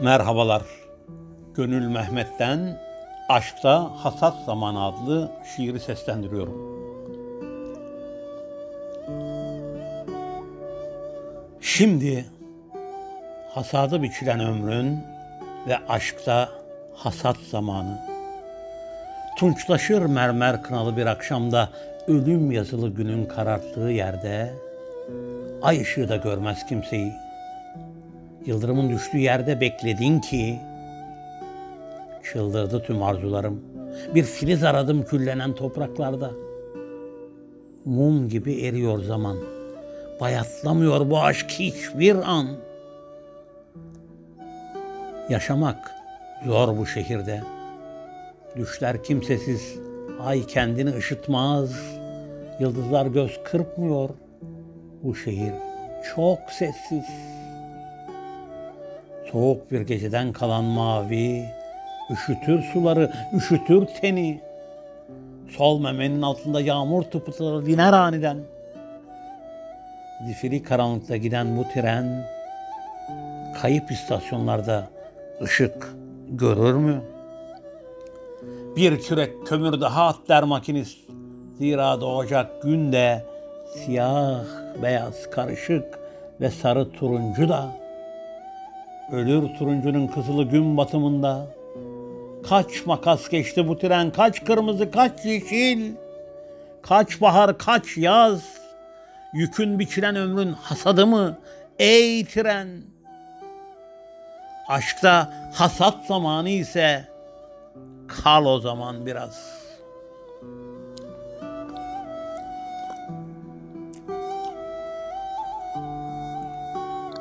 Merhabalar. Gönül Mehmet'ten Aşkta Hasat Zamanı adlı şiiri seslendiriyorum. Şimdi hasadı biçilen ömrün ve aşkta hasat zamanı. Tunçlaşır mermer kınalı bir akşamda ölüm yazılı günün kararttığı yerde, ay ışığı da görmez kimseyi. Yıldırımın düştüğü yerde bekledin ki, çıldırdı tüm arzularım. Bir filiz aradım küllenen topraklarda. Mum gibi eriyor zaman. Bayatlamıyor bu aşk hiçbir an. Yaşamak zor bu şehirde. Düşler kimsesiz, ay kendini ışıtmaz. Yıldızlar göz kırpmıyor. Bu şehir çok sessiz. Soğuk bir geceden kalan mavi, üşütür suları, üşütür teni. Sol memenin altında yağmur tıpırtıları diner aniden. Zifiri karanlıkta giden bu tren, kayıp istasyonlarda ışık görür mü? Bir kürek kömür daha at der makinist. Zira doğacak günde siyah, beyaz, karışık ve sarı turuncu da. Ölür turuncunun kızılı gün batımında. Kaç makas geçti bu tren, kaç kırmızı, kaç yeşil. Kaç bahar, kaç yaz. Yükün biçilen ömrün hasadı mı ey tren? Aşkta hasat zamanı ise kal o zaman biraz.